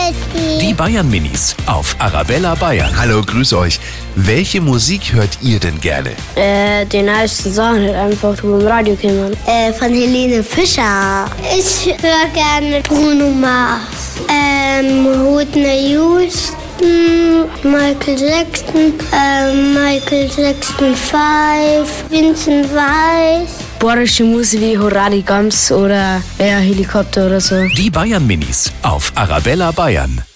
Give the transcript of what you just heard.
Die Bayern Minis auf Arabella Bayern. Hallo, grüß euch. Welche Musik hört ihr denn gerne? Die neuesten Sachen halt einfach im Radio kommen. Von Helene Fischer. Ich höre gerne Bruno Mars. Whitney Houston, Michael Jackson 5, Vincent Weiss. Bayerische Musik wie Horadi Gams oder Helikopter oder so. Die Bayern Minis auf Arabella Bayern.